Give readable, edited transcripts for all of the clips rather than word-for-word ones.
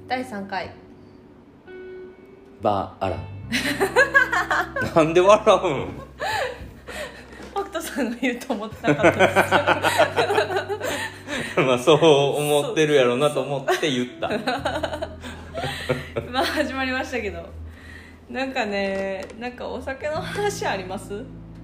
第3回バーあらなんで笑うん北斗さんが言うと思ってなかったですまあそう思ってるやろうなと思って言ったまあ始まりましたけど、なんかね、なんかお酒の話あります？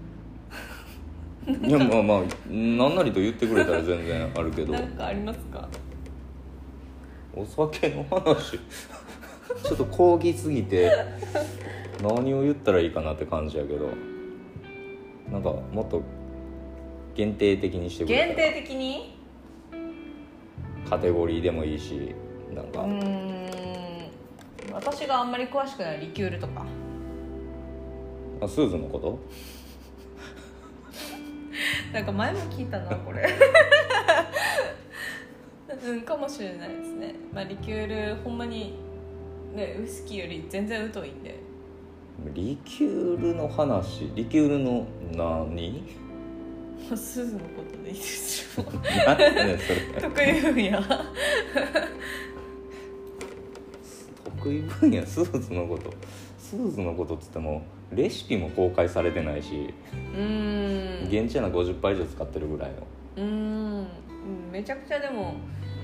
いやまあまあ何なりと言ってくれたら全然あるけどなんかありますか？ お酒の話ちょっと講義すぎて何を言ったらいいかなって感じやけど、なんかもっと限定的にしてくれたら。 限定的にカテゴリーでもいいし、なんか私があんまり詳しくないリキュールとか。 あ、スーズのことなんか前も聞いたなこれかもしれないですね。まあリキュールほんまにね、ウイスキーより全然疎いんで。 リキュールの話、リキュールの何スーズのことでいいですよ何やねんそれ得意分野得意分野、スーズのことっつってもレシピも公開されてないし、現地な 50% 以上使ってるぐらいの。 めちゃくちゃ。でも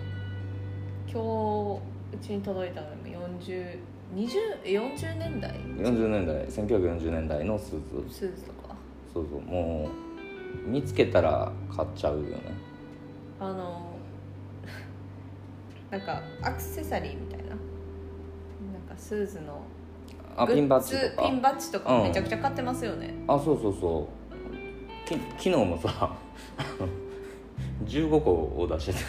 今日うちに届いたのも40年代 1940年代のスーズとか。 そうもう見つけたら買っちゃうよね。 なんかアクセサリーみたいな、なんかスーズのピンバッジとかピンバッジとかめちゃくちゃ買ってますよね。 そう昨日もさ15個を出して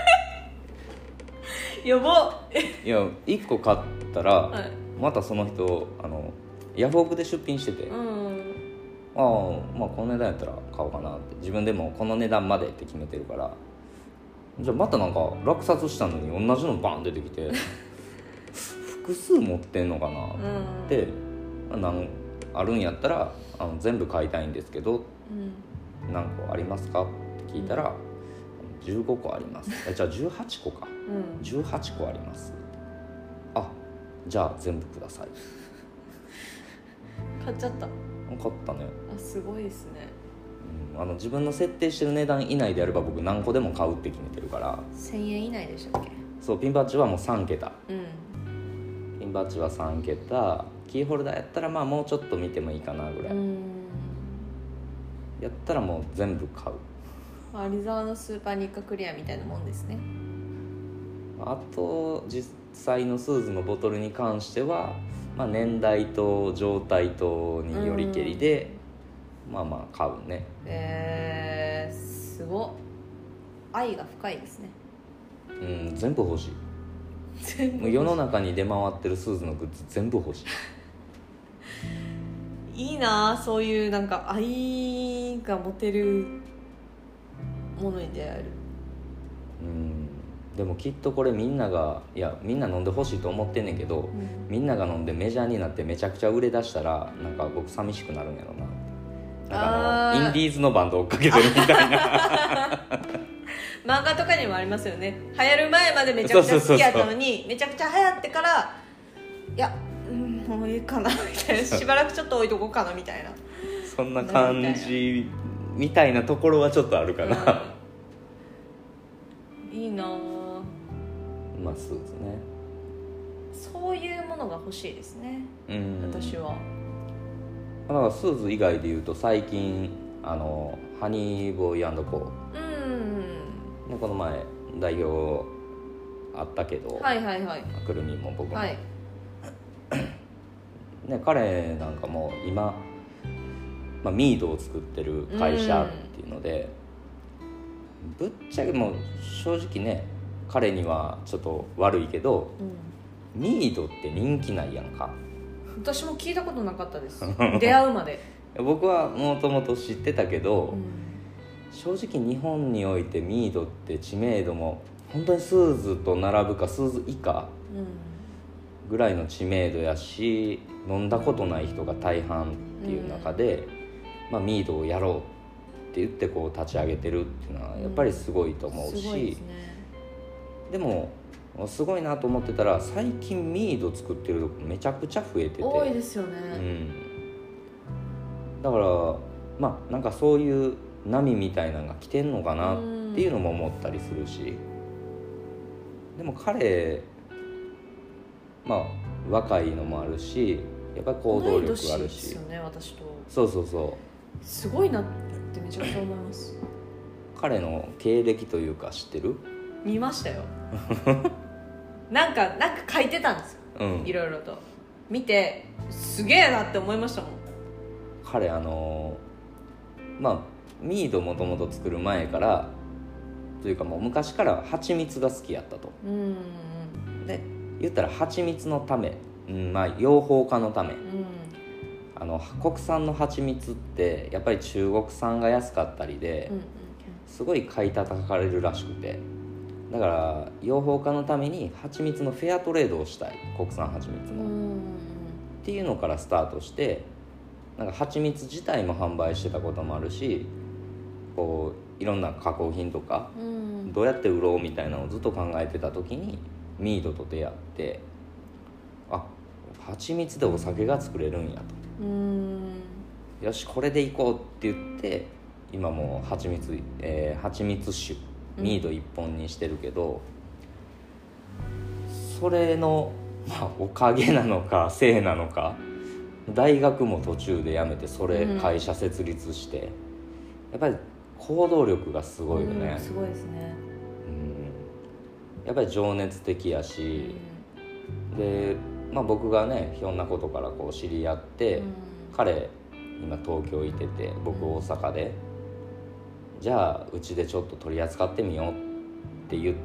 てやばいや1個買ったら、 はい、 またその人ヤフオクで出品してて、まあこの値段やったら買おうかなって、自分でもこの値段までって決めてるから、じゃあまたなんか落札したのに同じのバン出てきて複数持ってんのかなって、あるんやったら全部買いたいんですけど、何個ありますかって聞いたら、15個あります。じゃあ18個か、18個あります。あ、じゃあ全部ください。 買っちゃった。 買ったね。 あ、すごいですね。 自分の設定してる値段以内であれば僕何個でも買うって決めてるから。 1000円以内でしたっけ？ そう、ピンバッジはもう3桁、ピンバッジは3桁、キーホルダーやったらまあもうちょっと見てもいいかなぐらい、やったらもう全部買う。 アリザワのスーパーニッカクリアみたいなもんですね。 あと実際のスーズのボトルに関しては、年代と状態とによりけりで、まあ買うね。 すごっ。愛が深いですね。 全部欲しい。もう世の中に出回ってるスーズのグッズ全部欲しい。 いいな、そういうなんか愛が持てるものに出会える。 でもきっとこれみんな飲んでほしいと思ってんねんけど、みんなが飲んでメジャーになってめちゃくちゃ売れ出したらなんか僕寂しくなるんやろな。なんかインディーズのバンド追っかけてるみたいな漫画とかにもありますよね。流行る前までめちゃくちゃ好きやったのに、めちゃくちゃ流行ってからいや、もういいかなみたいな、しばらくちょっと置いとこうかなみたいなそんな感じみたいなところはちょっとあるかな、 いいな。 まあスーズね、 そういうものが欲しいですね、私は。 だからスーズ以外で言うと最近ハニーボーイ&コー、ね、この前代表あったけど、くるみも僕も、ね、彼なんかも今、ミードを作ってる会社っていうので、ぶっちゃけもう正直ね、彼にはちょっと悪いけど、ミードって人気ないやんか。 私も聞いたことなかったです出会うまで僕はもともと知ってたけど、正直日本においてミードって知名度も本当にスーズと並ぶかスーズ以下ぐらいの知名度やし、飲んだことない人が大半っていう中で、ミードをやろうって言ってこう立ち上げてるっていうのはやっぱりすごいと思うし、 すごいですね。 でもすごいなと思ってたら最近ミード作ってるとこめちゃくちゃ増えてて多いですよね、 だからまあなんかそういう波みたいなのが来てんのかなっていうのも思ったりするし、でも彼まあ若いのもあるしやっぱり行動力あるし、 同い年ですよね私と。 そうそうそう、 すごいなってめちゃくちゃ思います彼の経歴というか知ってる？ 見ましたよなんか書いてたんですよ、いろいろと見てすげえなって思いましたもん。 彼まあミードもともと作る前からというかもう昔から蜂蜜が好きやったと。で言ったら蜂蜜のため、まあ養蜂家のため、国産の蜂蜜ってやっぱり中国産が安かったりで、すごい買い叩かれるらしくて、だから養蜂家のために蜂蜜のフェアトレードをしたい、国産蜂蜜の、っていうのからスタートして、なんか蜂蜜自体も販売してたこともあるし、こういろんな加工品とか、どうやって売ろうみたいなのをずっと考えてた時にミードと出会って、あ、蜂蜜でお酒が作れるんやと、よしこれでいこうって言って今もう蜂蜜酒ミード1本にしてるけど、それの、まあ、おかげなのかせいなのか、大学も途中で辞めてそれ会社設立して、やっぱり行動力がすごいよね、 すごいですね、 やっぱり情熱的やし、で、まあ、僕がねひょんなことからこう知り合って、彼今東京いてて僕大阪で、じゃあうちでちょっと取り扱ってみようって言って、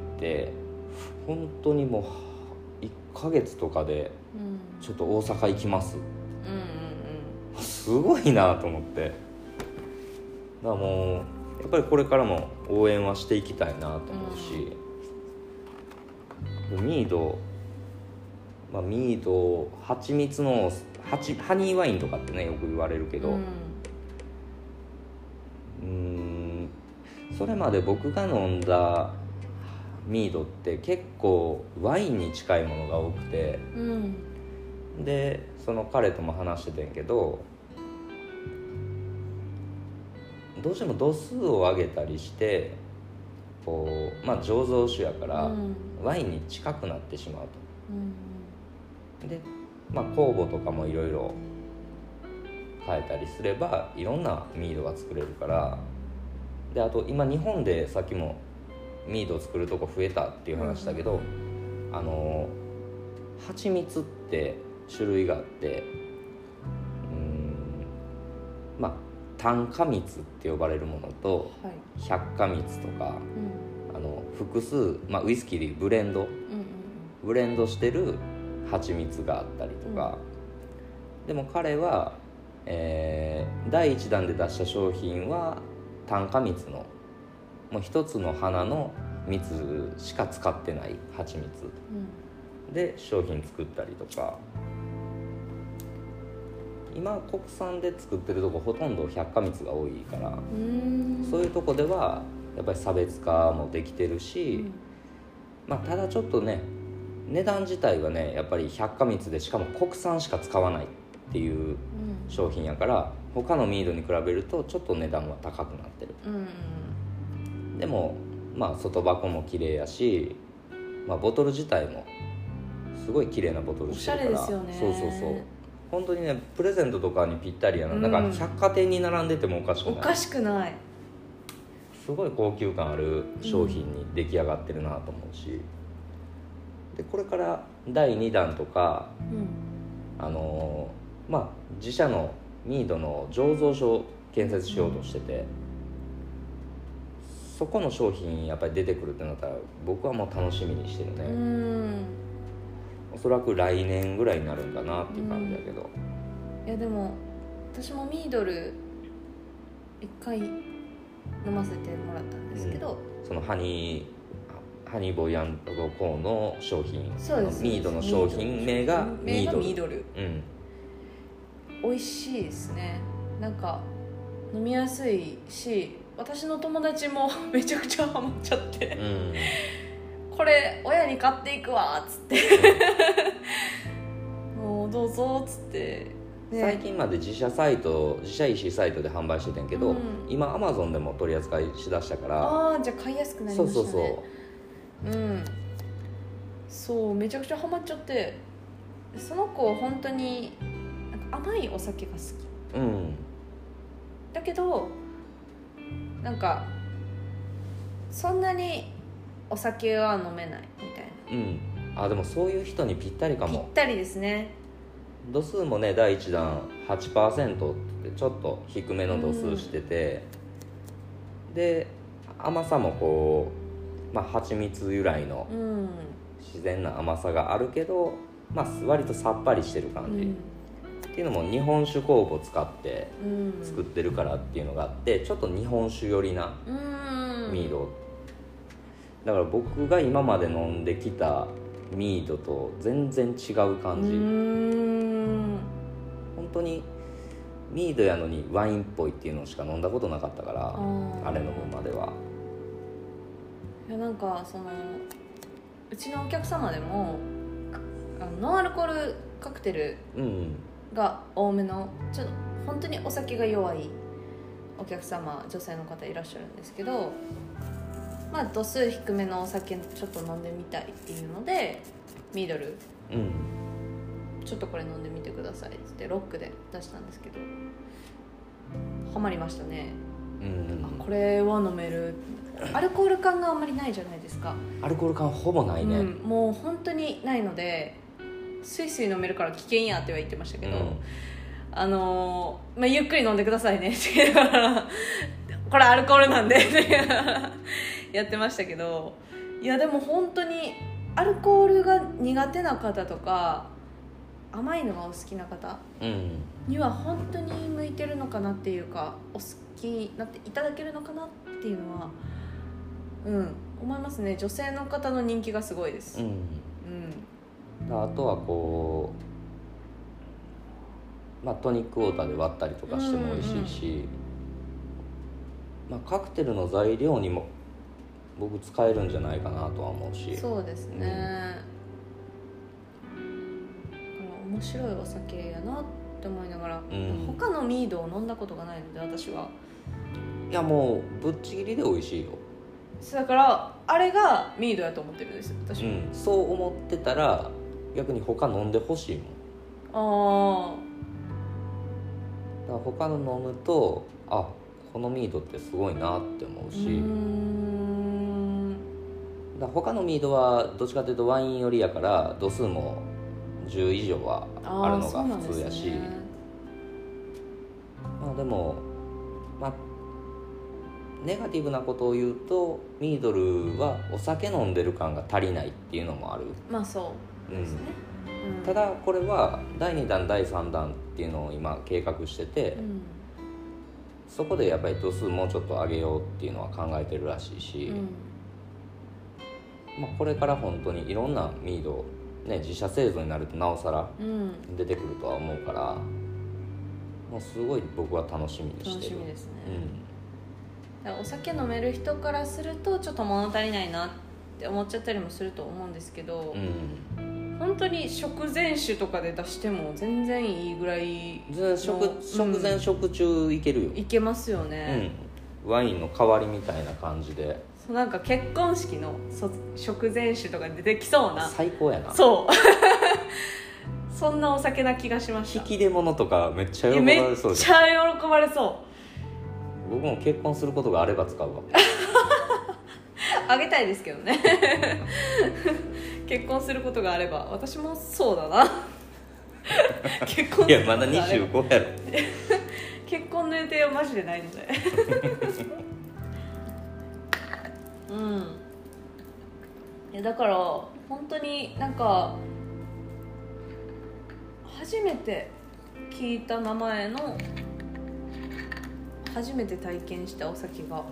本当にもう1ヶ月とかでちょっと大阪行きます、すごいなと思って、だからもうやっぱりこれからも応援はしていきたいなと思うし、ミード蜂蜜のハニーワインとかってねよく言われるけど、それまで僕が飲んだミードって結構ワインに近いものが多くて、でその彼とも話してたんやけど、どうしても度数を上げたりしてこう、まあ、醸造酒やから、ワインに近くなってしまうと、で、まあ、酵母とかもいろいろ変えたりすればいろんなミードが作れるから、であと今日本でさっきもミードを作るとこ増えたっていう話だけど、蜂蜜って種類があって、まあ単花蜜って呼ばれるものと、百花蜜とか、複数、まあ、ウイスキーでいうブレンドしてる蜂蜜があったりとか、でも彼は、第1弾で出した商品は単花蜜のもう一つの花の蜜しか使ってない蜂蜜、で商品作ったりとか、今国産で作ってるとこほとんど百花蜜が多いから、そういうとこではやっぱり差別化もできてるし、まあ、ただちょっとね値段自体はねやっぱり百花蜜でしかも国産しか使わないっていう商品やから、他のミードに比べるとちょっと値段は高くなってる、でもまあ外箱も綺麗やし、まあ、ボトル自体もすごい綺麗なボトルしてるから、 おしゃれですよね。 そう本当にねプレゼントとかにぴったりやな、なんか百貨店に並んでてもおかしくない、 おかしくない、 すごい高級感ある商品に出来上がってるなと思うし、でこれから第2弾とか、まあ自社のミードの醸造所を建設しようとしてて、そこの商品やっぱり出てくるってなったら僕はもう楽しみにしてるね。おそらく来年ぐらいになるんかなっていう感じだけど、 いやでも私もミードル1回飲ませてもらったんですけど、 そのハニーボーイ&コーンの商品、 そうです、 ミードの商品名がミードル、 美味しいですね。なんか飲みやすいし、私の友達もめちゃくちゃハマっちゃって、 これ親に買っていくわっつってもうどうぞっつって、 ね、最近まで自社 EC サイトで販売しててんけど、今 Amazon でも取り扱いしだしたから、 じゃあ買いやすくなりましたね。そうめちゃくちゃハマっちゃって、その子本当になんか甘いお酒が好き、だけどなんかそんなにお酒は飲めないみたいな、でもそういう人にぴったりかも。 ぴったりですね。 度数もね第1弾 8% ってちょっと低めの度数してて、で甘さもこう蜂蜜由来の自然な甘さがあるけど、割とさっぱりしてる感じ、っていうのも日本酒酵母使って作ってるからっていうのがあって、ちょっと日本酒寄りなミードだから、僕が今まで飲んできたミードと全然違う感じ。本当にミードやのにワインっぽいっていうのしか飲んだことなかったから、あれ飲むまでは。 いやなんかそのうちのお客様でもノンアルコールカクテルが多めのちょっと本当にお酒が弱いお客様、女性の方いらっしゃるんですけど、度数低めのお酒ちょっと飲んでみたいっていうのでミードル、ちょっとこれ飲んでみてくださいってロックで出したんですけど、ハマりましたね。これは飲める。アルコール感があんまりないじゃないですか。 アルコール感ほぼないね、 もう本当にないので、スイスイ飲めるから危険やっては言ってましたけど、ゆっくり飲んでくださいねって言いながらこれアルコールなんでやってましたけど、いやでも本当にアルコールが苦手な方とか甘いのがお好きな方には本当に向いてるのかなっていうか、お好きになっていただけるのかなっていうのは思いますね。女性の方の人気がすごいです。 あとはこう、トニックウォーターで割ったりとかしても美味しいし、カクテルの材料にも僕使えるんじゃないかなとは思うし。 そうですね、面白いお酒やなって思いながら、他のミードを飲んだことがないので私は。 いやもうぶっちぎりで美味しいよ。 だからあれがミードやと思ってるんです私は、 そう思ってたら逆に他飲んでほしいもん。だから他の飲むとこのミードってすごいなって思うし、だから他のミードはどっちかというとワイン寄りやから度数も10以上はあるのが普通やし、でもネガティブなことを言うとミードルはお酒飲んでる感が足りないっていうのもある。 そうですね、 ただこれは第2弾第3弾っていうのを今計画してて、そこでやっぱり度数もうちょっと上げようっていうのは考えてるらしいし、これから本当にいろんなミード、自社製造になるとなおさら出てくるとは思うから、もうすごい僕は楽しみにしてる。 楽しみですね、お酒飲める人からするとちょっと物足りないなって思っちゃったりもすると思うんですけど、本当に食前酒とかで出しても全然いいぐらいの食前食中いけるよ。 いけますよね、 ワインの代わりみたいな感じで。 なんか結婚式の食前酒とか出てきそうな。 最高やな。 そんなお酒な気がしました。 引き出物とかめっちゃ喜ばれそうじゃん。 めっちゃ喜ばれそう。 僕も結婚することがあれば使うわ。 あげたいですけどね結婚することがあれば私もそうだな結婚することがあれば。いやまだ25やろ結婚の予定はマジでないのでいやだから本当になんか初めて聞いた名前の初めて体験したお酒が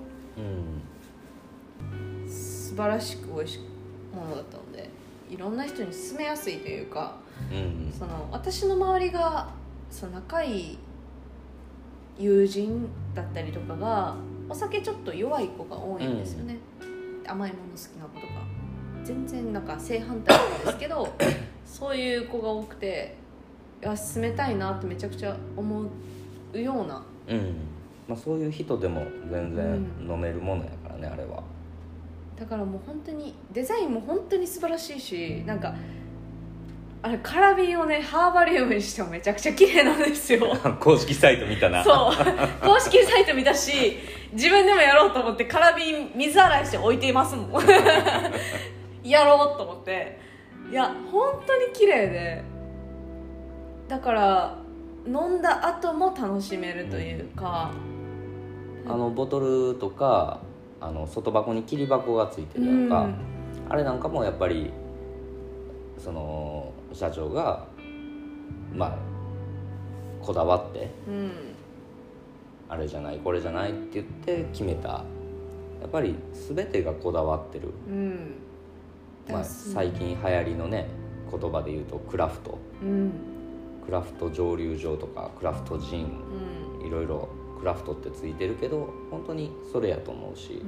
素晴らしく美味しいものだったので、いろんな人に勧めやすいというか、その私の周りがその仲いい友人だったりとかがお酒ちょっと弱い子が多いんですよね、甘いもの好きな子とか全然なんか正反対なんですけどそういう子が多くて、いや進めたいなってめちゃくちゃ思うような、 まあ、そういう人でも全然飲めるものやからね、あれは。 だからもう本当にデザインも本当に素晴らしいし、なんかあれカラビンをねハーバリウムにしてもめちゃくちゃ綺麗なんですよ公式サイト見たな。 そう公式サイト見たし、自分でもやろうと思ってカラビン水洗いして置いていますもんやろうと思って、いや本当に綺麗で、だから飲んだ後も楽しめるというか、 ボトルとか外箱に切り箱がついてるやんか、あれなんかもやっぱりその社長がまあこだわって、あれじゃないこれじゃないって言って決めた、やっぱり全てがこだわってる、まあ、最近流行りのね言葉で言うとクラフト、クラフト蒸留所とかクラフトジン、いろいろクラフトってついてるけど本当にそれやと思うし、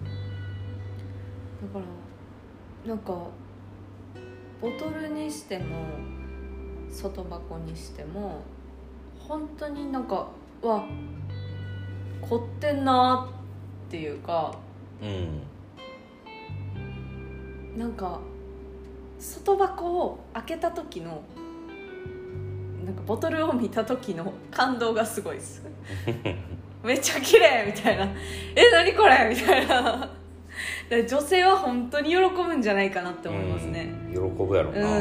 だからなんかボトルにしても外箱にしても本当になんかわ凝ってんなっていうか、なんか外箱を開けた時のなんかボトルを見た時の感動がすごいですめっちゃ綺麗みたいな、何これみたいな女性は本当に喜ぶんじゃないかなって思いますね。 喜ぶやろな。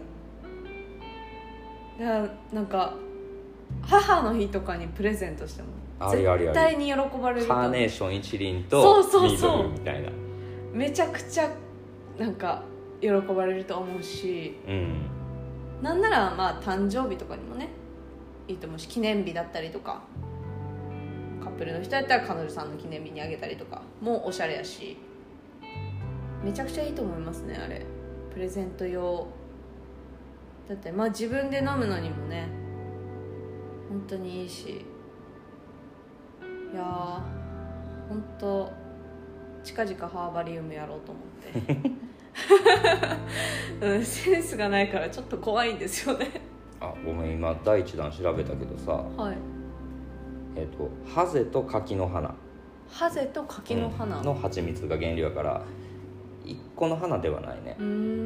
いやなんか母の日とかにプレゼントしても絶対に喜ばれる。 カーネーション一輪とミドルみたいな、 めちゃくちゃなんか喜ばれると思うし、なんならまあ誕生日とかにもねいいと思うし、記念日だったりとか、カップルの人やったら彼女さんの記念日にあげたりとかもおしゃれやし、めちゃくちゃいいと思いますね。あれプレゼント用だって、まあ自分で飲むのにもね本当にいいし、いやー本当近々ハーバリウムやろうと思ってセンスがないからちょっと怖いんですよねあ、ごめん今第一弾調べたけどさ、ハゼと柿の花、 ハゼと柿の花、 の蜂蜜が原料やから一個の花ではないね。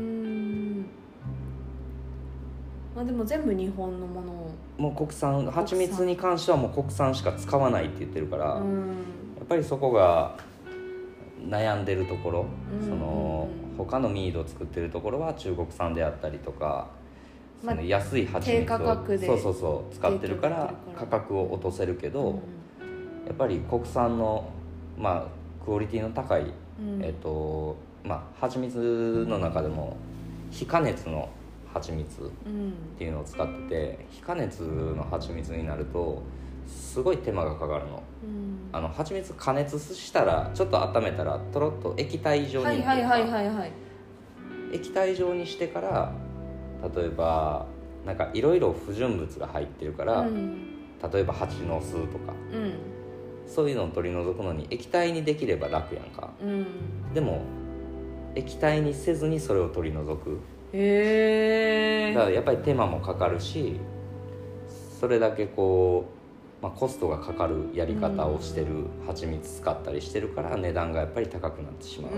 まあでも全部日本のものをもう国産、蜂蜜に関してはもう国産しか使わないって言ってるから、やっぱりそこが悩んでるところ、その他のミードを作ってるところは中国産であったりとか、その安い蜂蜜をそう使ってるから価格を落とせるけど、やっぱり国産のまあクオリティの高い、まあ蜂蜜の中でも非加熱の蜂蜜っていうのを使ってて、非加熱の蜂蜜になるとすごい手間がかかるの。蜂蜜加熱したらちょっと温めたらとろっと液体状になる、液体状にしてから例えばなんかいろいろ不純物が入ってるから、例えば蜂の巣とか、そういうのを取り除くのに液体にできれば楽やんか、でも液体にせずにそれを取り除く、だからやっぱり手間もかかるし、それだけこう、まあ、コストがかかるやり方をしてる蜂蜜使ったりしてるから値段がやっぱり高くなってしまう、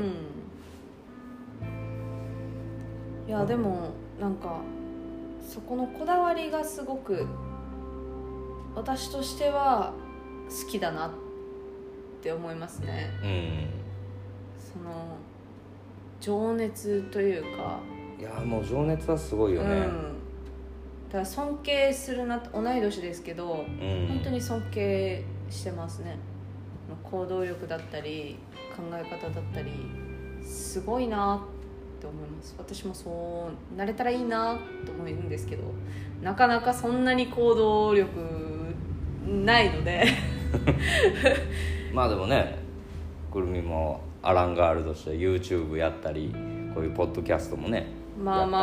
いやでもなんかそこのこだわりがすごく私としては好きだなって思いますね、その情熱というか、 いやもう情熱はすごいよね、 だから尊敬するな、同い年ですけど、本当に尊敬してますね。行動力だったり考え方だったりすごいなって思います。私もそうなれたらいいなと思うんですけど、なかなかそんなに行動力ないのでまあでもね、くるみもアランガールドして YouTube やったり、こういうポッドキャストもねまあ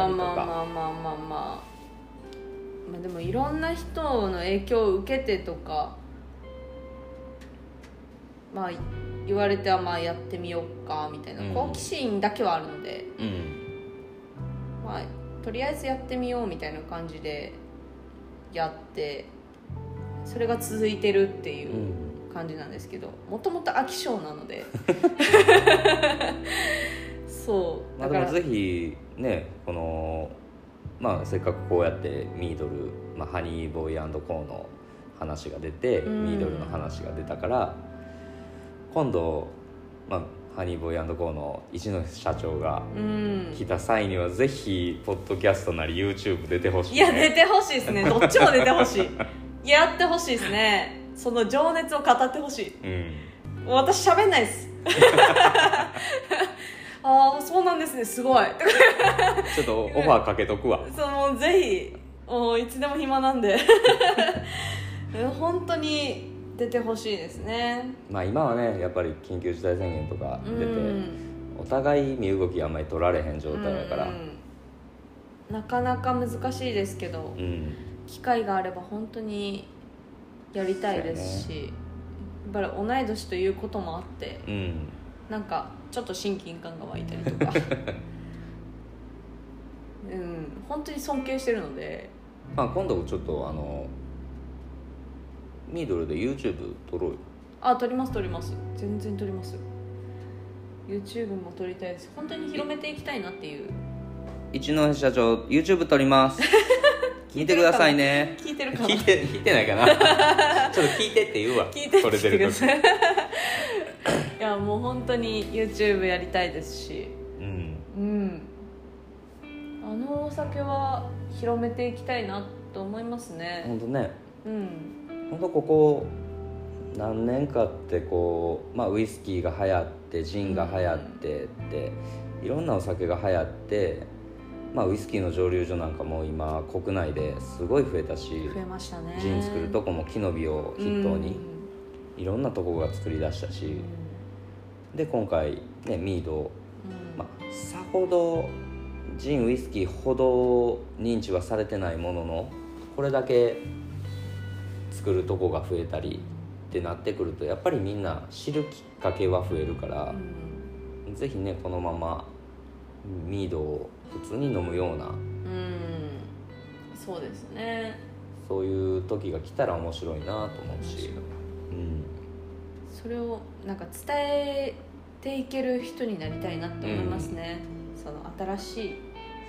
でもいろんな人の影響を受けてとか、まあ言われてはまあやってみようかみたいな好奇心だけはあるので、まあとりあえずやってみようみたいな感じでやって、それが続いてるっていう感じなんですけど、もともと飽き性なのでそうだから、 でもぜひね、このせっかくこうやってミードル、ハニーボーイ&コーの話が出て、ミードルの話が出たから、今度、ハニーボーイ&コーの一ノ瀬社長が来た際には、ぜひポッドキャストなり YouTube 出てほしい、ね、 いや出てほしいですね。どっちも出てほしいやってほしいですね。その情熱を語ってほしい、もう私喋んないですああそうなんですね、すごいちょっとオファーかけとくわそう、もうぜひ、もういつでも暇なんで本当に出てほしいですね。 今はねやっぱり緊急事態宣言とか出て、お互い身動きあんまり取られへん状態だから、 なかなか難しいですけど、機会があれば本当にやりたいですし、やっぱり同い年ということもあって、なんかちょっと親近感が湧いたりとか本当に尊敬してるので、 今度ちょっとミードルで YouTube 撮ろうよ。 撮ります全然撮ります。 YouTube も撮りたいです。本当に広めていきたいなっていう。 一ノ瀬社長 YouTube 撮ります聞いてくださいね。 聞いてるかな。 聞いてないかなちょっと聞いてって言うわ。 聞いてって言ってくださいいやもう本当に YouTube やりたいですし、あのお酒は広めていきたいなと思いますね。 本当ね、本当ここ何年かってこう、ウイスキーが流行ってジンが流行ってって、いろんなお酒が流行って、ウイスキーの蒸留所なんかも今国内ですごい増えたし、 増えましたね。 ジン作るとこも木の実を筆頭にいろんなとこが作り出したし、で今回ねミード、さほどジンウイスキーほど認知はされてないものの、これだけ作るとこが増えたりってなってくると、やっぱりみんな知るきっかけは増えるから、ぜひねこのままミードを普通に飲むような、 そうですね、 そういう時が来たら面白いなと思うし、 それをなんか伝えていける人になりたいなと思いますね、その新しい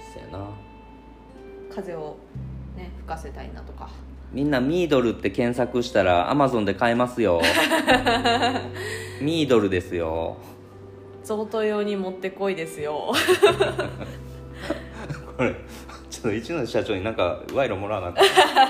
風をね吹かせたいなとか。 みんなミードルって検索したら Amazon で買えますよミードルですよ。 贈答用に持ってこいですよこれちょっと一ノ瀬社長になんか賄賂もらわなか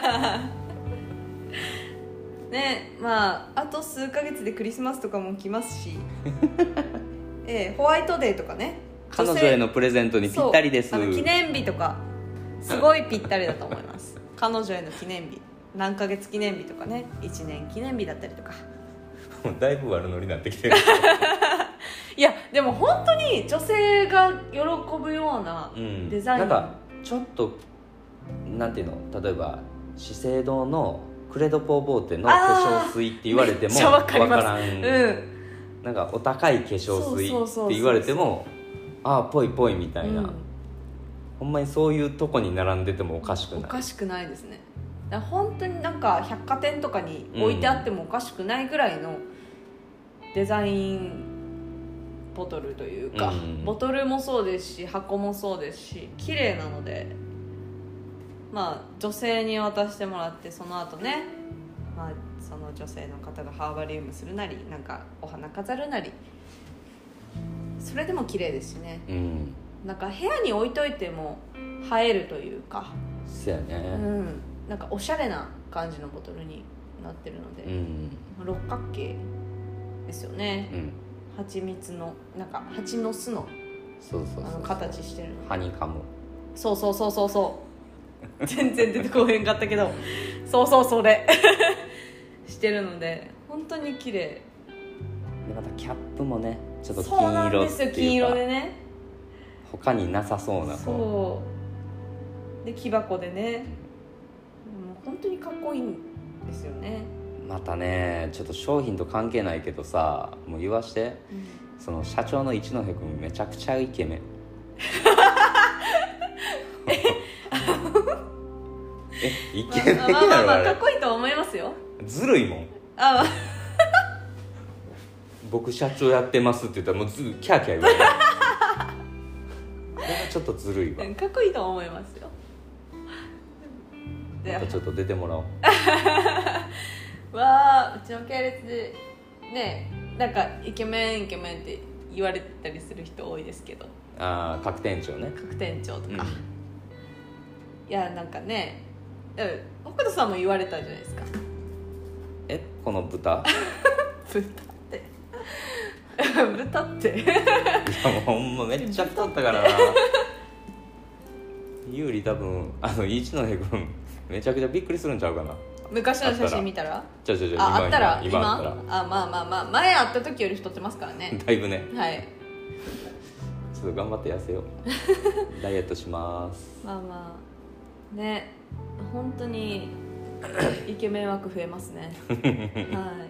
ね、あと数ヶ月でクリスマスとかも来ますしホワイトデーとかね、 彼女へのプレゼントにぴったりです。 記念日とかすごいぴったりだと思います彼女への記念日、何ヶ月記念日とかね、1年記念日だったりとかもうだいぶ悪ノリになってきてるいやでも本当に女性が喜ぶようなデザイン、 なんかちょっとなんていうの、例えば資生堂のクレドポーボーテの化粧水って言われてもわからん、なんかお高い化粧水って言われてもぽいぽいみたいな、ほんまにそういうとこに並んでてもおかしくない、 おかしくないですね。だから本当になんか百貨店とかに置いてあってもおかしくないぐらいのデザインボトルというか、ボトルもそうですし箱もそうですし綺麗なので、女性に渡してもらって、その後ね、その女性の方がハーバリウムするなり、なんかお花飾るなり、それでも綺麗ですしね、なんか部屋に置いといても映えるというか、 そうやね、 なんかおしゃれな感じのボトルになってるので、六角形ですよね、蜂蜜のなんか蜂の巣の形してるの、 ハニカム、 そう全然出てこへんかったけどそれしてるので本当に綺麗で、 またキャップもねちょっとそうなんですよ、金色でね、 他になさそうな、 そうで木箱でね、もう本当にかっこいいんですよね。 またねちょっと商品と関係ないけどさ、もう言わして、その社長の一戸君めちゃくちゃイケメンイケメンやろ、 まあかっこいいと思いますよ。 ずるいもん。僕社長やってますって言ったらもうキャーキャー言われるこれはちょっとずるいわ。 かっこいいと思いますよ。 またちょっと出てもらおうわあ、うちの系列でね、なんかイケメンって言われたりする人多いですけど。 ああ、各店長ね。 各店長とか、いやなんかね、北斗さんも言われたじゃないですか。 この豚豚っていやもうほんまめっちゃ太ったからな優里多分一戸君めちゃくちゃびっくりするんちゃうかな。 昔の写真見たら今あったら今まあ前会った時より太ってますからねだいぶね。 はい、 ちょっと頑張って痩せようダイエットします。 まあね、本当にイケメン枠増えますねはい。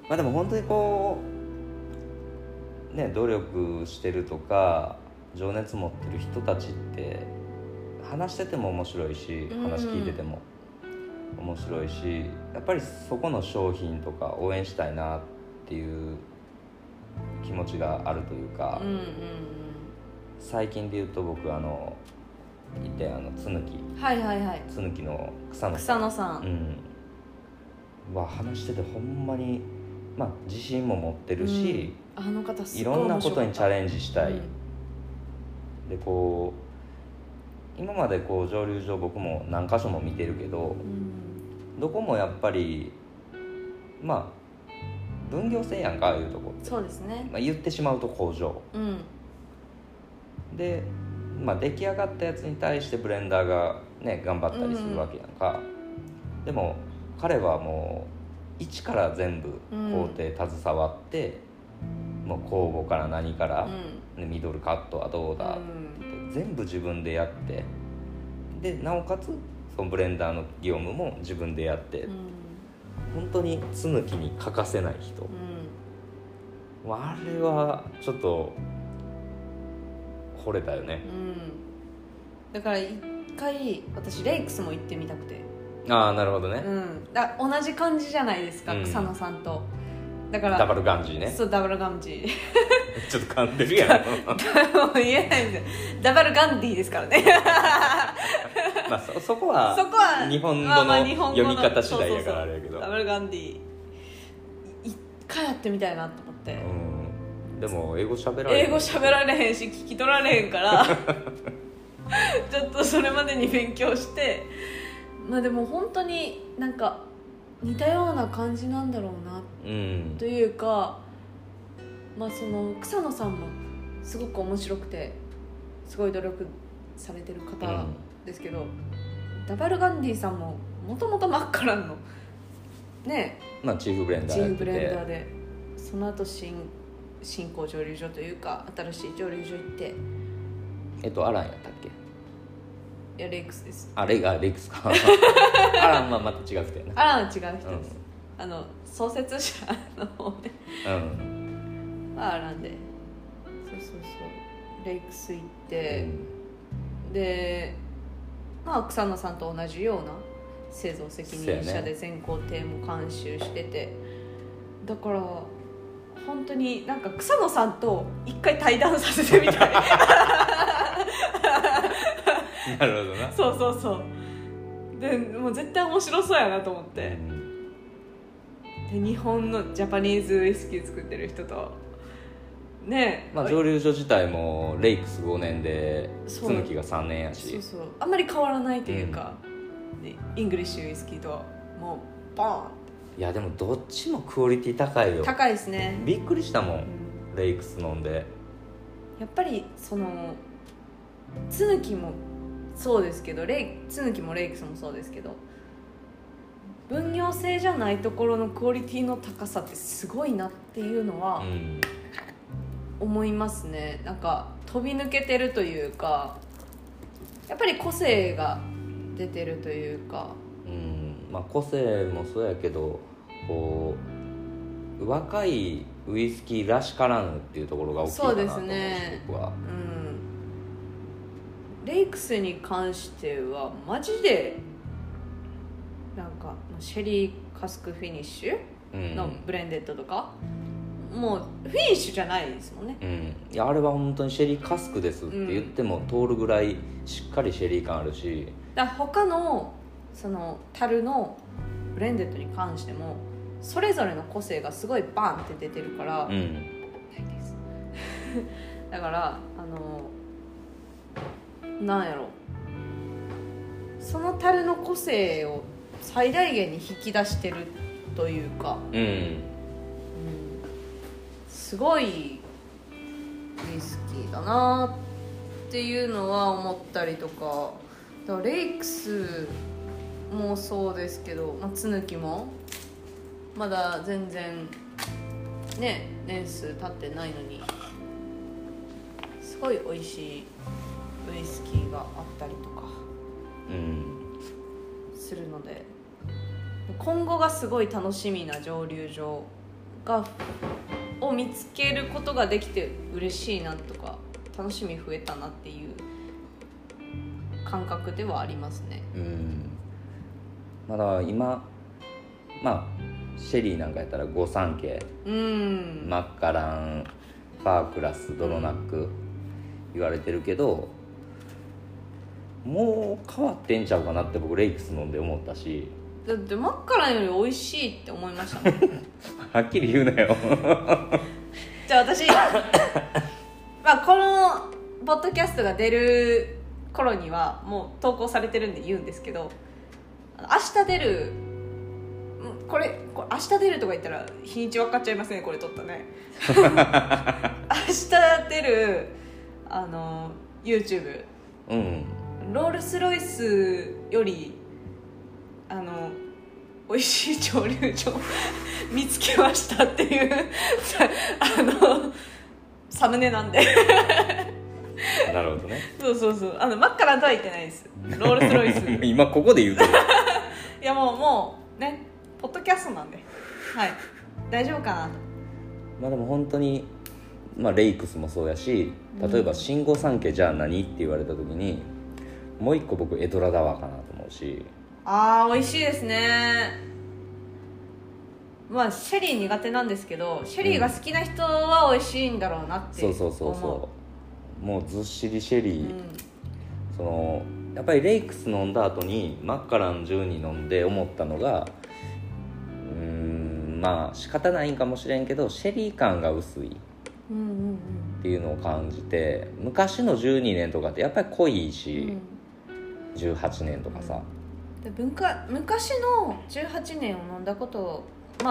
まあでも本当にこうね、努力してるとか情熱持ってる人たちって話してても面白いし、話聞いてても面白いし、やっぱりそこの商品とか応援したいなっていう気持ちがあるというか、最近で言うと僕いてつぬきつぬきの草野さん、話しててほんまに自信も持ってるし、 あの方すいろんなことにチャレンジしたい、でこう今までこう蒸留所僕も何箇所も見てるけど、どこもやっぱり分業制やんか、ああいうとこって。 そうですね、 言ってしまうと工場、で、出来上がったやつに対してブレンダーがね頑張ったりするわけやんか、でも彼はもう一から全部工程携わって、もう酵母から何から、ミドルカットはどうだって、全部自分でやって、でなおかつそのブレンダーの業務も自分でやって、本当につぬきに欠かせない人、あれはちょっと惚れたよね、 だから一回私レイクスも行ってみたくて。 ああなるほどね、 同じ感じじゃないですか、草野さんと。だからダブルガンジーね。 そうダブルガンジーちょっと噛んでるやんもう言えないんですよ、ダブルガンディーですからねそこは日本語の読み方次第やからあれやけど、 ダブルガンディー一回やってみたいなと思って、 でも英語喋られへんし聞き取られへんからちょっとそれまでに勉強して、でも本当になんか似たような感じなんだろうな、というか、その草野さんもすごく面白くてすごい努力されてる方ですけど、ダブルガンディさんももともと真っ赤なんのね、 チーフブレンダーでその後新興蒸留所というか新しい蒸留所行って、 アランやったっけ。 いやレイクスです。 レイクスかアランはまた違くてね。 アランは違う人です、創設者の方でアランでレイクス行って、で草野さんと同じような製造責任者で全工程も監修してて、だから本当になんか草野さんと一回対談させてみたいなるほどな。 そうでもう絶対面白そうやなと思って、で日本のジャパニーズウイスキー作ってる人とね、 蒸留所自体もレイクス5年でつぬきが3年やし、 あんまり変わらないというか、イングリッシュウイスキーとはもうボーン。 いやでもどっちもクオリティ高いよ。 高いですね。 びっくりしたもん、レイクス飲んで。 やっぱりそのつぬきもそうですけど、つぬきもレイクスもそうですけど、分業制じゃないところのクオリティの高さってすごいなっていうのは思いますね。なんか飛び抜けてるというか、やっぱり個性が出てるというか、 個性もそうやけどこう若いウイスキーらしからぬっていうところが大きいかなと思うし、 そうですね、 僕は、 レイクスに関してはマジでなんかシェリーカスクフィニッシュのブレンデッドとか、もうフィニッシュじゃないですもんね、 いやあれは本当にシェリーカスクですって言っても通るぐらいしっかりシェリー感あるし、 だから他のその樽のブレンデッドに関してもそれぞれの個性がすごいバンって出てるから、ないですだからなんやろ、その樽の個性を最大限に引き出してるというか、すごいウイスキーだなっていうのは思ったりとか、だからレイクスもそうですけど、ツヌキもまだ全然ね年数経ってないのにすごい美味しいウイスキーがあったりとかするので、今後がすごい楽しみな蒸留所を見つけることができて嬉しいなとか、楽しみ増えたなっていう感覚ではありますね。 まだ今シェリーなんかやったら御三家、マッカラン、ファークラス、ドロナック言われてるけど、もう変わってんちゃうかなって僕レイクス飲んで思ったし、 だってマッカランより美味しいって思いましたもんはっきり言うなよじゃあ私このポッドキャストが出る頃にはもう投稿されてるんで言うんですけど、明日出るこれ明日出るとか言ったら日にち分かっちゃいますね、これ撮ったね明日出るYouTube、ロールスロイスより美味しい蒸留所見つけましたっていうサムネなんでなるほどね。 そうマッカランとは言ってないです、ロールスロイス今ここで言うといやもうねポッドキャストなんで、大丈夫かなと。 でも本当に、レイクスもそうやし、例えば新御三家じゃあ何って言われた時にもう一個僕エドラダワーかなと思うし、 美味しいですね。シェリー苦手なんですけど、シェリーが好きな人は美味しいんだろうなって思う。 そうもうずっしりシェリー、やっぱりレイクス飲んだ後にマッカラン12飲んで思ったのが、仕方ないんかもしれんけどシェリー感が薄いっていうのを感じて、昔の12年とかってやっぱり濃いし、18年とかさ、 で昔の18年を飲んだことをこ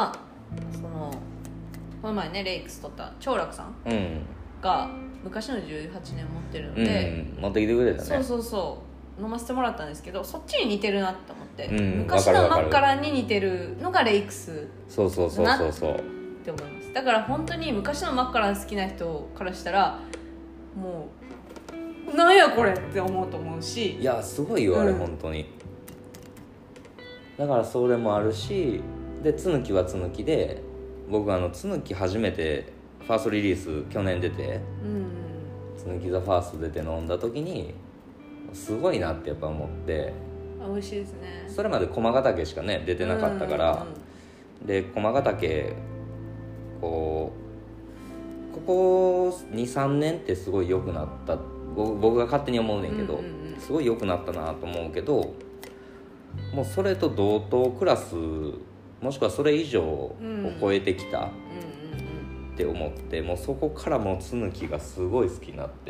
の前ねレイクス取った長楽さんが昔の18年持ってるので、 持ってきてくれたね。 そう飲ませてもらったんですけど、そっちに似てるなって思って、昔のマッカランに似てるのがレイクスだなって思います。だから本当に昔のマッカラン好きな人からしたらもうなんやこれって思うと思うし、 いやすごいよあれ、本当に。だからそれもあるし、でツヌキはツヌキで、僕ツヌキ初めてファーストリリース去年出て、ツヌキザファースト出て飲んだ時にすごいなってやっぱ思って、 美味しいですね。 それまで駒ヶ岳しかね出てなかったから、で駒ヶ岳ここ 2,3 年ってすごい良くなった、僕が勝手に思うねんけど、すごい良くなったなと思うけど、もうそれと同等クラスもしくはそれ以上を超えてきたって思って、もうそこからもうツヌキがすごい好きになって、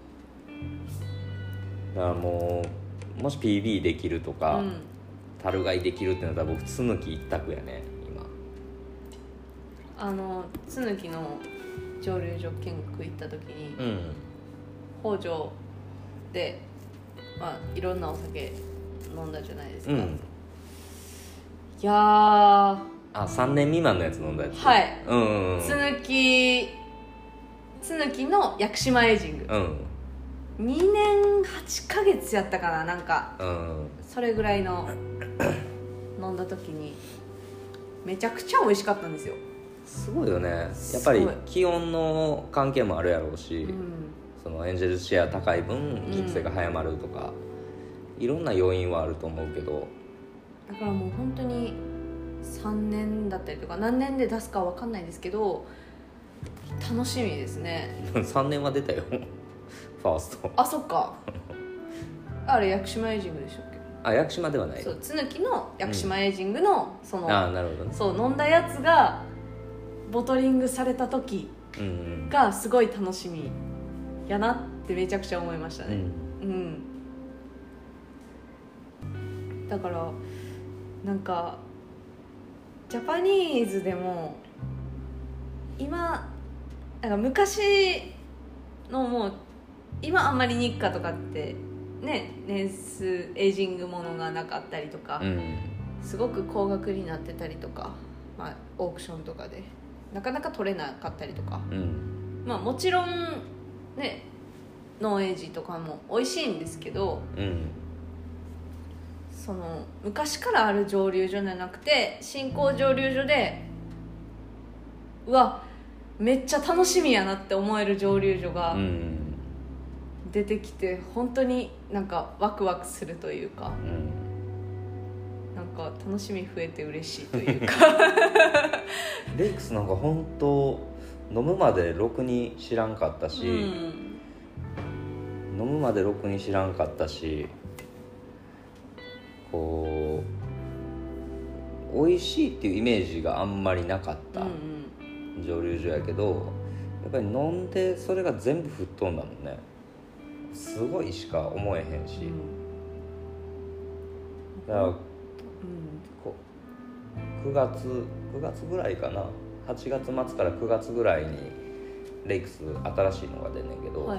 だからもし PB できるとか、樽買いできるってなったら僕ツヌキ一択やね今。ツヌキの蒸留所見学行った時に、北条で、いろんなお酒飲んだじゃないですか、いや 3年未満のやつ飲んだやつ、 ツヌキの屋久島エイジング、2年8ヶ月やったかな、なんか、それぐらいの飲んだ時にめちゃくちゃ美味しかったんですよ。 すごいよね。やっぱり気温の関係もあるやろうし、そのエンジェルシェア高い分熟成が早まるとか、いろんな要因はあると思うけど、 だからもう本当に3年だったりとか何年で出すか分かんないですけど楽しみですね。 3年は出たよファースト。 あ、そっかあれ屋久島エイジングでしたっけ。 あ、屋久島ではない。 そう、紬の屋久島エイジングのその、 あ、なるほどね。 そう飲んだやつがボトリングされた時がすごい楽しみやなってめちゃくちゃ思いましたね。だからなんかジャパニーズでも今なんか昔のもう今あんまり日課とかってね年数エイジングものがなかったりとか、すごく高額になってたりとか、まあ、オークションとかでなかなか取れなかったりとか、まあもちろんねノーエイジとかも美味しいんですけど、その昔からある蒸留所じゃなくて新興蒸留所でうわめっちゃ楽しみやなって思える蒸留所が出てきて本当になんかワクワクするというか、なんか楽しみ増えて嬉しいというかレイクスなんか本当飲むまでろくに知らんかったし、飲むまでろくに知らんかったし、こう美味しいっていうイメージがあんまりなかった蒸留所やけど、やっぱり飲んでそれが全部吹っ飛んだもんね。すごいしか思えへんし、だから9月ぐらいかな、8月末から9月ぐらいにレイクス新しいのが出んねんけど、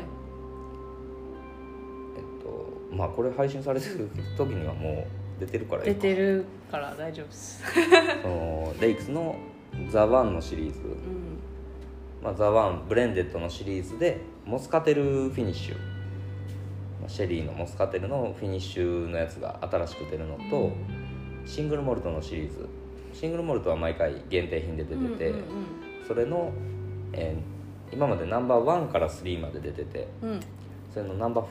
まあこれ配信されてる時にはもう出てるから出てるから大丈夫ですそのレイクスのザ・ワンのシリーズ、まあ、ザ・ワンブレンデッドのシリーズでモスカテルフィニッシュ、シェリーのモスカテルのフィニッシュのやつが新しく出るのと、シングルモルトのシリーズ、シングルモルトは毎回限定品で出てて、それの、今までナンバー1から3まで出てて、それのナンバー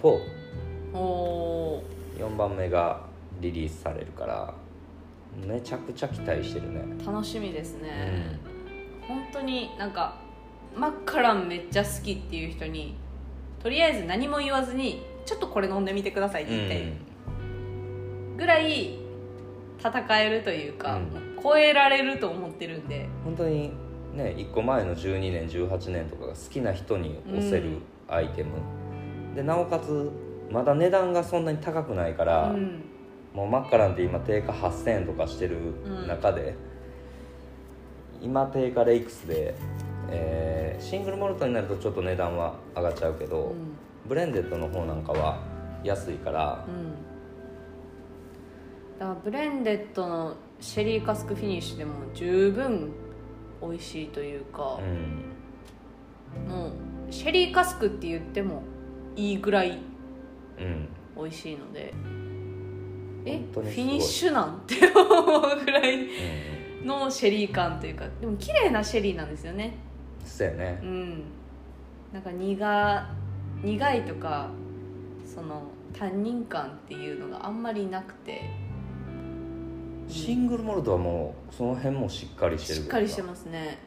4番目がリリースされるからめちゃくちゃ期待してるね。 楽しみですね、本当になんかマッカランめっちゃ好きっていう人にとりあえず何も言わずにちょっとこれ飲んでみてくださいって言ってぐらい戦えるというか、超えられると思ってるんで、 本当にね1個前の12年18年とかが好きな人に押せるアイテム、でなおかつまだ値段がそんなに高くないから、もうマッカランって今定価8000円とかしてる中で、今定価レイクスで、シングルモルトになるとちょっと値段は上がっちゃうけど、ブレンデッドの方なんかは安いから、 だからブレンデッドのシェリーカスクフィニッシュでも十分美味しいというか、もうシェリーカスクって言ってもいいぐらい美味しいので、フィニッシュなんて思うぐらいのシェリー感というか、でも綺麗なシェリーなんですよね。 そうやね。 なんか苦いとかそのタンニン感っていうのがあんまりなくて、 シングルモルトはもうその辺もしっかりしてる。 しっかりしてますね。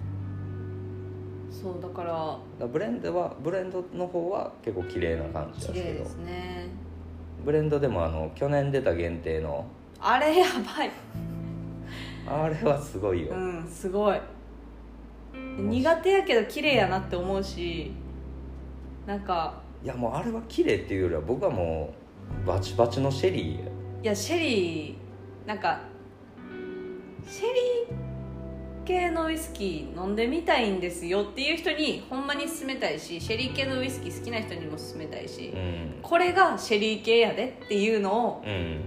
そうだからブレンドの方は結構綺麗な感じだけど、 綺麗ですね。 ブレンドでも去年出た限定のあれやばいあれはすごいよ。 すごい苦手やけど綺麗やなって思うし、なんかいやもうあれは綺麗っていうよりは僕はもうバチバチのシェリー。 いやシェリーなんかシェリー系のウイスキー飲んでみたいんですよっていう人にほんまに勧めたいし、シェリー系のウイスキー好きな人にも勧めたいし、これがシェリー系やでっていうのを、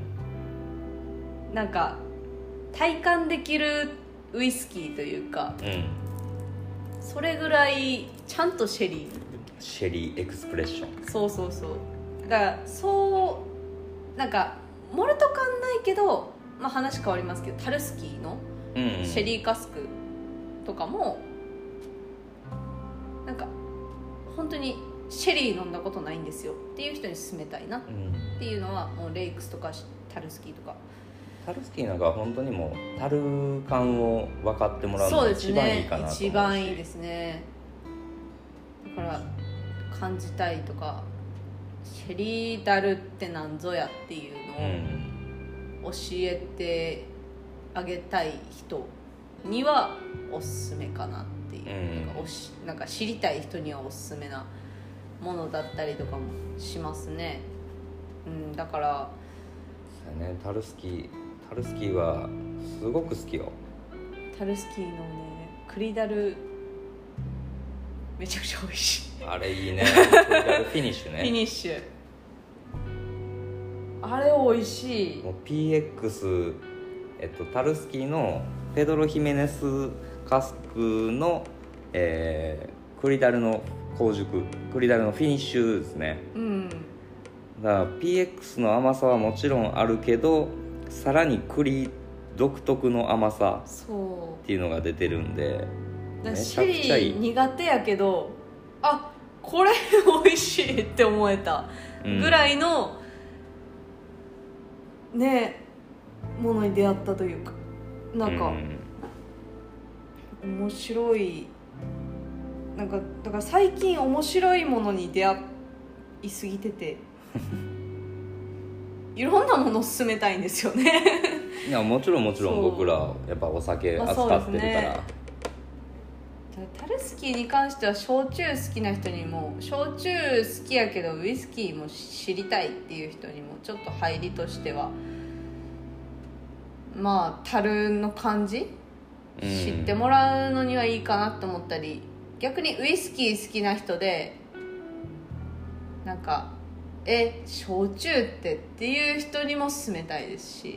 なんか体感できるウイスキーというか、それぐらいちゃんとシェリーエクスプレッション。 そうだからそうなんかモルト感ないけど、まあ、話変わりますけどタルスキーのシェリーカスクとかもなんか本当にシェリー飲んだことないんですよっていう人に勧めたいなっていうのは、もうレイクスとかタルスキーとか。 タルスキーなんか本当にもうタル感を分かってもらうのが一番いいかなと思うし、 一番いいですね。だから感じたいとか、シェリーダルってなんぞやっていうのを教えてあげたい人にはおすすめかなっていう、なんか知りたい人にはおすすめなものだったりとかもしますね。だからそうやね、タルスキーはすごく好きよ。 タルスキーのねクリダルめちゃくちゃ美味しい。 あれいいね。クリダルフィニッシュね。 フィニッシュ、あれ美味しい。 もう PX、タルスキーのペドロヒメネスカスクの、クリダルの香熟、クリダルのフィニッシュですね。だから PX の甘さはもちろんあるけど、さらに栗独特の甘さっていうのが出てるんで、めちゃくちゃいい。 シェリー苦手やけど、あ、これ美味しいって思えたぐらいの、ね、ものに出会ったというか、なんか、面白い、なんかだから最近面白いものに出会いすぎてていろんなものを勧めたいんですよね。 いや、もちろん僕らやっぱお酒扱ってるから、 タルスキーに関しては焼酎好きな人にも、焼酎好きやけどウイスキーも知りたいっていう人にもちょっと入りとしては、まあ樽の感じ知ってもらうのにはいいかなと思ったり、逆にウイスキー好きな人でなんか焼酎っていう人にも勧めたいですし、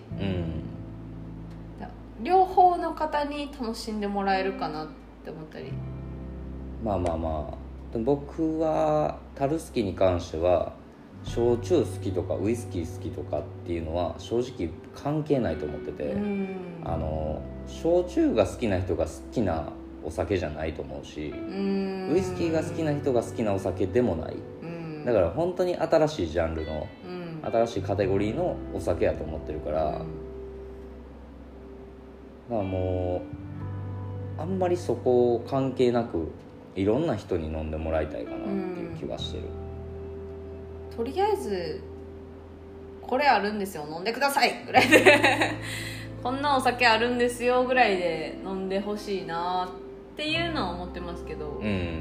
両方の方に楽しんでもらえるかなって思ったり。 まあ僕はタルスキーに関しては焼酎好きとかウイスキー好きとかっていうのは正直関係ないと思ってて、焼酎が好きな人が好きなお酒じゃないと思うし、ウイスキーが好きな人が好きなお酒でもない。だから本当に新しいジャンルの、新しいカテゴリーのお酒やと思ってるから、だからもうあんまりそこ関係なくいろんな人に飲んでもらいたいかなっていう気はしてる。 とりあえずこれあるんですよ、飲んでくださいぐらいでこんなお酒あるんですよぐらいで飲んでほしいなっていうのは思ってますけど、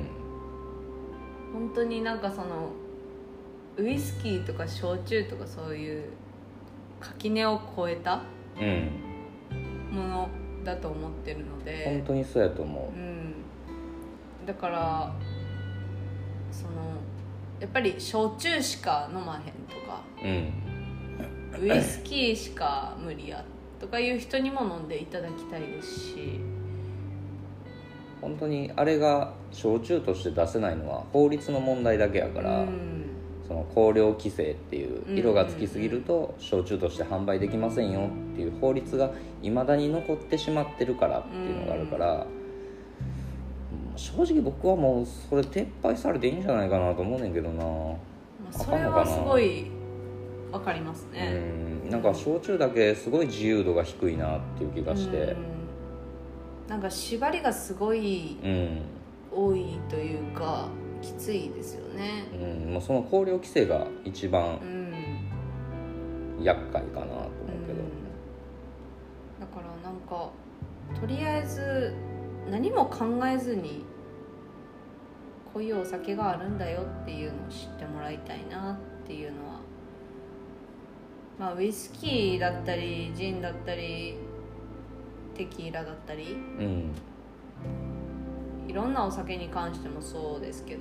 本当になんかそのウイスキーとか焼酎とかそういう垣根を越えたものだと思ってるので、 本当にそうやと思う、だからそのやっぱり焼酎しか飲まへんとか、ウイスキーしか無理やとかいう人にも飲んでいただきたいですし、 本当にあれが焼酎として出せないのは法律の問題だけやから、その香料規制っていう色がつきすぎると焼酎として販売できませんよっていう法律がいまだに残ってしまってるからっていうのがあるから、正直僕はもうそれ撤廃されていいんじゃないかなと思うねんけどな。 それはすごい分かりますね。 なんか焼酎だけすごい自由度が低いなっていう気がして、 なんか縛りがすごい多いというか、きついですよね。 もうその香料規制が一番厄介かなと思うけど、 だからなんかとりあえず何も考えずにこういうお酒があるんだよっていうのを知ってもらいたいなっていうのは、まあウイスキーだったりジンだったりテキーラだったり、いろんなお酒に関してもそうですけど、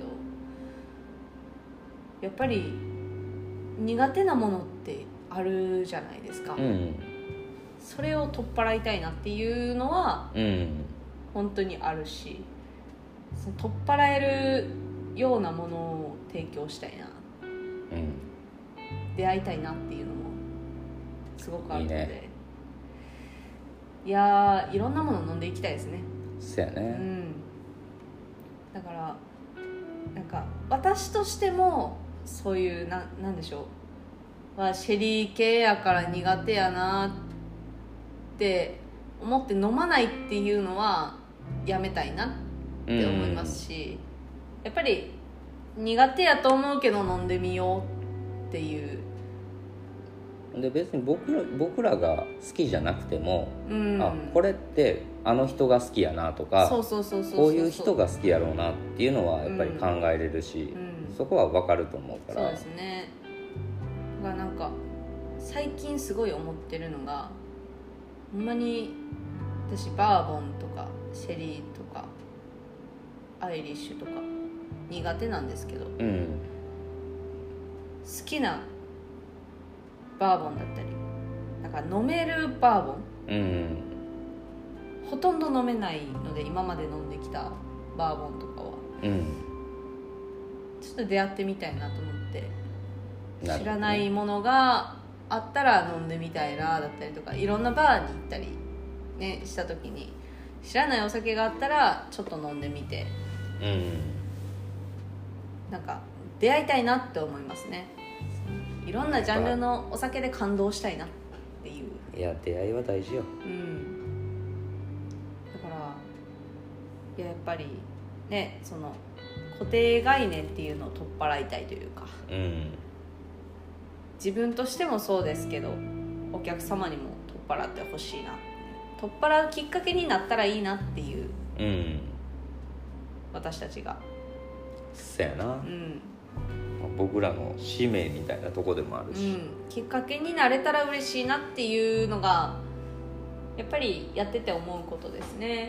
やっぱり苦手なものってあるじゃないですか、それを取っ払いたいなっていうのは本当にあるし、その取っ払えるようなものを提供したいな、出会いたいなっていうのもすごくあるので、 いやいろんなもの飲んでいきたいですね。 そうやね、 だからなんか私としてもそういうなんでしょう、シェリー系やから苦手やなって思って飲まないっていうのはやめたいなって思いますし、やっぱり苦手やと思うけど飲んでみようっていうで、別に僕らが好きじゃなくても、あ、これってあの人が好きやなとか、こういう人が好きやろうなっていうのはやっぱり考えれるし、そこは分かると思うから。 そうですね。だからなんか最近すごい思ってるのが、ほんまに私バーボンとかシェリーとかアイリッシュとか苦手なんですけど、好きなバーボンだったり、なんか飲めるバーボン、ほとんど飲めないので、今まで飲んできたバーボンとかは、ちょっと出会ってみたいなと思って、知らないものがあったら飲んでみたいなだったりとか、いろんなバーに行ったり、ね、した時に知らないお酒があったらちょっと飲んでみて、なんか出会いたいなって思いますね。いろんなジャンルのお酒で感動したいなっていう。 いや、出会いは大事よ。 だからやっぱりね、その固定概念っていうのを取っ払いたいというか、自分としてもそうですけど、お客様にも取っ払ってほしいな、取っ払うきっかけになったらいいなっていう、私たちが。 そうやな、僕らの使命みたいなとこでもあるし、 きっかけになれたら嬉しいなっていうのがやっぱりやってて思うことですね。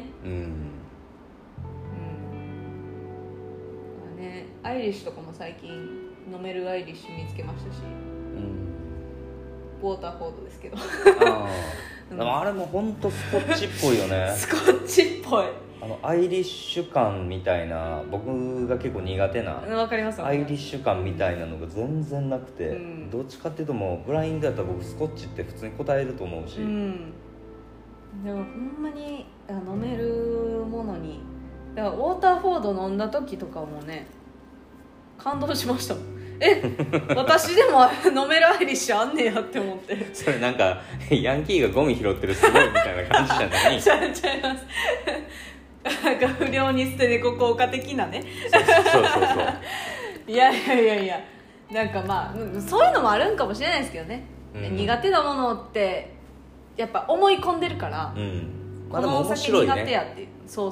ね、アイリッシュとかも最近飲めるアイリッシュ見つけましたし、ウォーターフォードですけどあれも本当スコッチっぽいよねスコッチっぽい、 アイリッシュ感みたいな、僕が結構苦手なわかります、 アイリッシュ感みたいなのが全然なくて、どっちかっていうともうブラインドやったら僕スコッチって普通に答えると思うし、でもほんまに飲めるものに、だからウォーターフォード飲んだ時とかもね、感動しました。私でも飲めるアイリッシュあんねやって思って。 それなんかヤンキーがゴミ拾ってるすごいみたいな感じじゃないちゃいます。なんか不良に捨て猫効果的なね。 そういやなんかまあそういうのもあるんかもしれないですけどね、苦手なものってやっぱ思い込んでるから、このお酒苦手やって、そう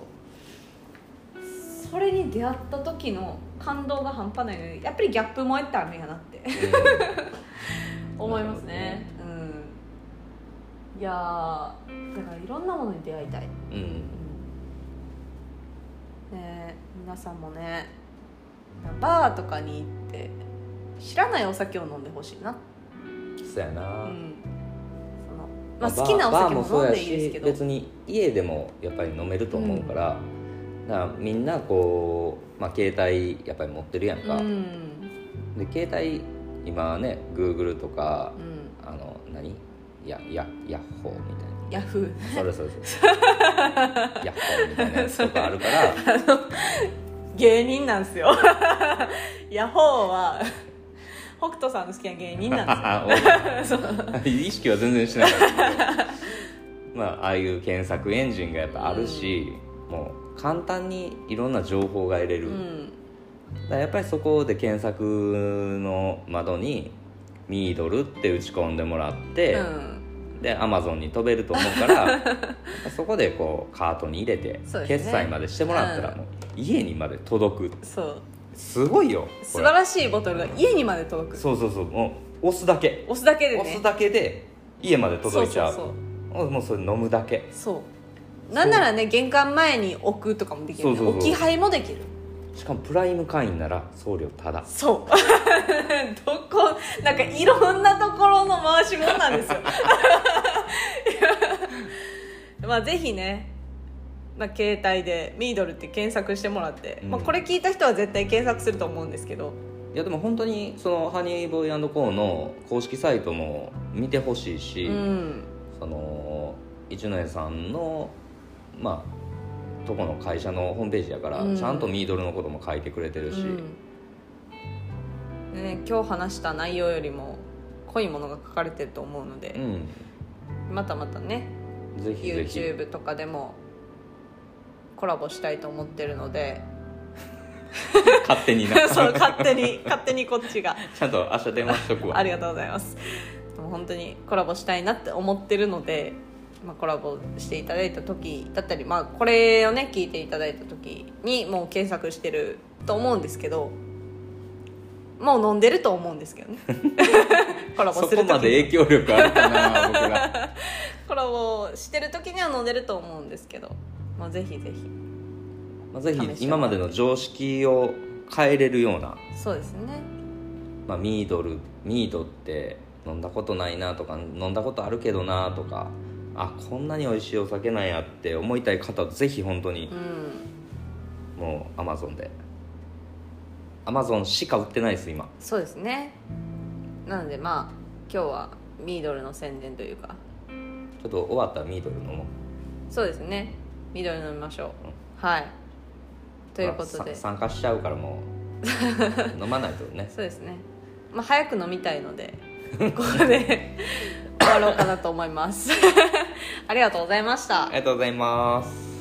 それに出会った時の感動が半端ないので、やっぱりギャップ萌えってあるんやなって、思いますね。いやだからいろんなものに出会いたい。皆さんもね、バーとかに行って知らないお酒を飲んでほしいな。 そうやな、 好きなお酒も飲んでいいですけど、 別に家でもやっぱり飲めると思うから、だからみんなこう、携帯やっぱり持ってるやんか、で携帯今ね Google とか、何ヤッホーみたいな、 ヤフー、 それヤッホーみたいなやつとかあるから芸人なんすよヤッホーは北斗さんの好きな芸人なんですよ意識は全然しなかったけどああいう検索エンジンがやっぱあるし、もう簡単にいろんな情報が得れる、だからやっぱりそこで検索の窓にミードルって打ち込んでもらって、で Amazon に飛べると思うからそこでこうカートに入れて、決済までしてもらったらもう家にまで届く。すごいよ、 素晴らしいボトルが家にまで届く。 そうもう押すだけでね、押すだけで家まで届いちゃう。もうそれ飲むだけ。 なんならね、玄関前に置くとかもできる、置き配もできる。 しかもプライム会員なら送料タダ。 なんかいろんなところの回し物なんですよぜひね、携帯でミードルって検索してもらって、これ聞いた人は絶対検索すると思うんですけど、 いやでも本当にそのハニーボーイ&コーの公式サイトも見てほしいし、 一ノ江さんのまあとこの会社のホームページやから、ちゃんとミードルのことも書いてくれてるし、 ね、今日話した内容よりも濃いものが書かれてると思うので、またねぜひぜひ YouTube とかでもコラボしたいと思ってるので勝手になそう勝手にこっちがちゃんと明日電話しとくわありがとうございます。もう本当にコラボしたいなって思ってるので、コラボしていただいた時だったり、これをね聞いていただいた時にもう検索してると思うんですけど、もう飲んでると思うんですけどねコラボする時にそこまで影響力あるかな僕らコラボしてる時には飲んでると思うんですけど、ぜひぜひぜひ今までの常識を変えれるような、 そうですね、 ミードって飲んだことないなとか、飲んだことあるけどなとか、こんなに美味しいお酒なんやって思いたい方はぜひ本当に、もう Amazon しか売ってないです今。 そうですね。なので今日はミードルの宣伝というか、 ちょっと終わったらミードル飲もう。 そうですね、ミードル飲みましょう、はいということで参加しちゃうからもう飲まないとねそうですね、早く飲みたいのでここで終わろうかなと思いますありがとうございました。 ありがとうございます。